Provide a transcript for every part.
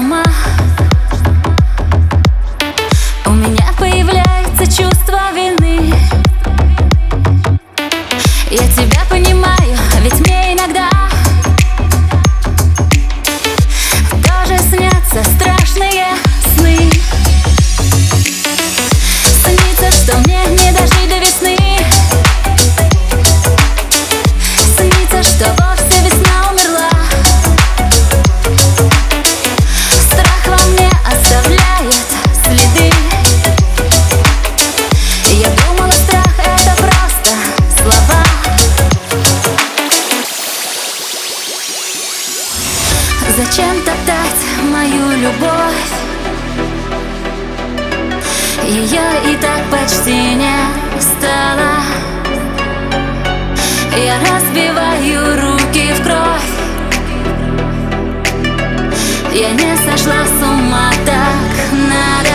ума. У меня появляется чувство вины. Я тебя понимаю, ведь мне иногда тоже снятся страшные сны. Снится, что мне не дожить до весны. Снится, что вовсе весна умерла. Страх во мне оставляет следы. Я думала, страх — это просто слова. Зачем топтать мою любовь? Ее и так почти не стало. Я разбиваю руки в кровь. Я не сошла с ума, так надо.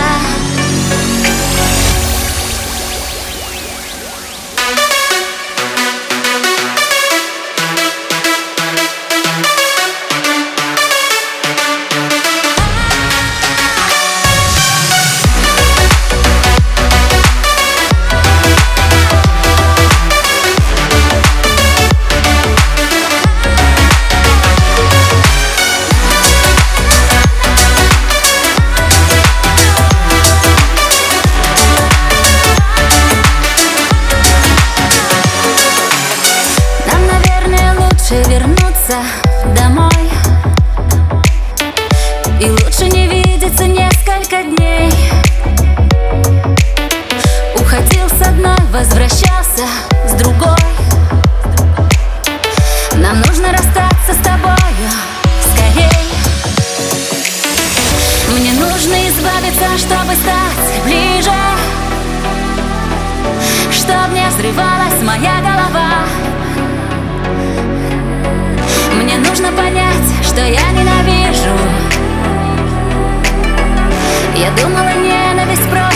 Вернуться домой, и лучше не видеться несколько дней. Уходил с одной, возвращался с другой. Нам нужно расстаться с тобою скорей. Мне нужно избавиться, чтобы стать ближе, чтоб не взрывалась моя голова. Мне нужно понять, что я ненавижу. Я думала, ненависть просто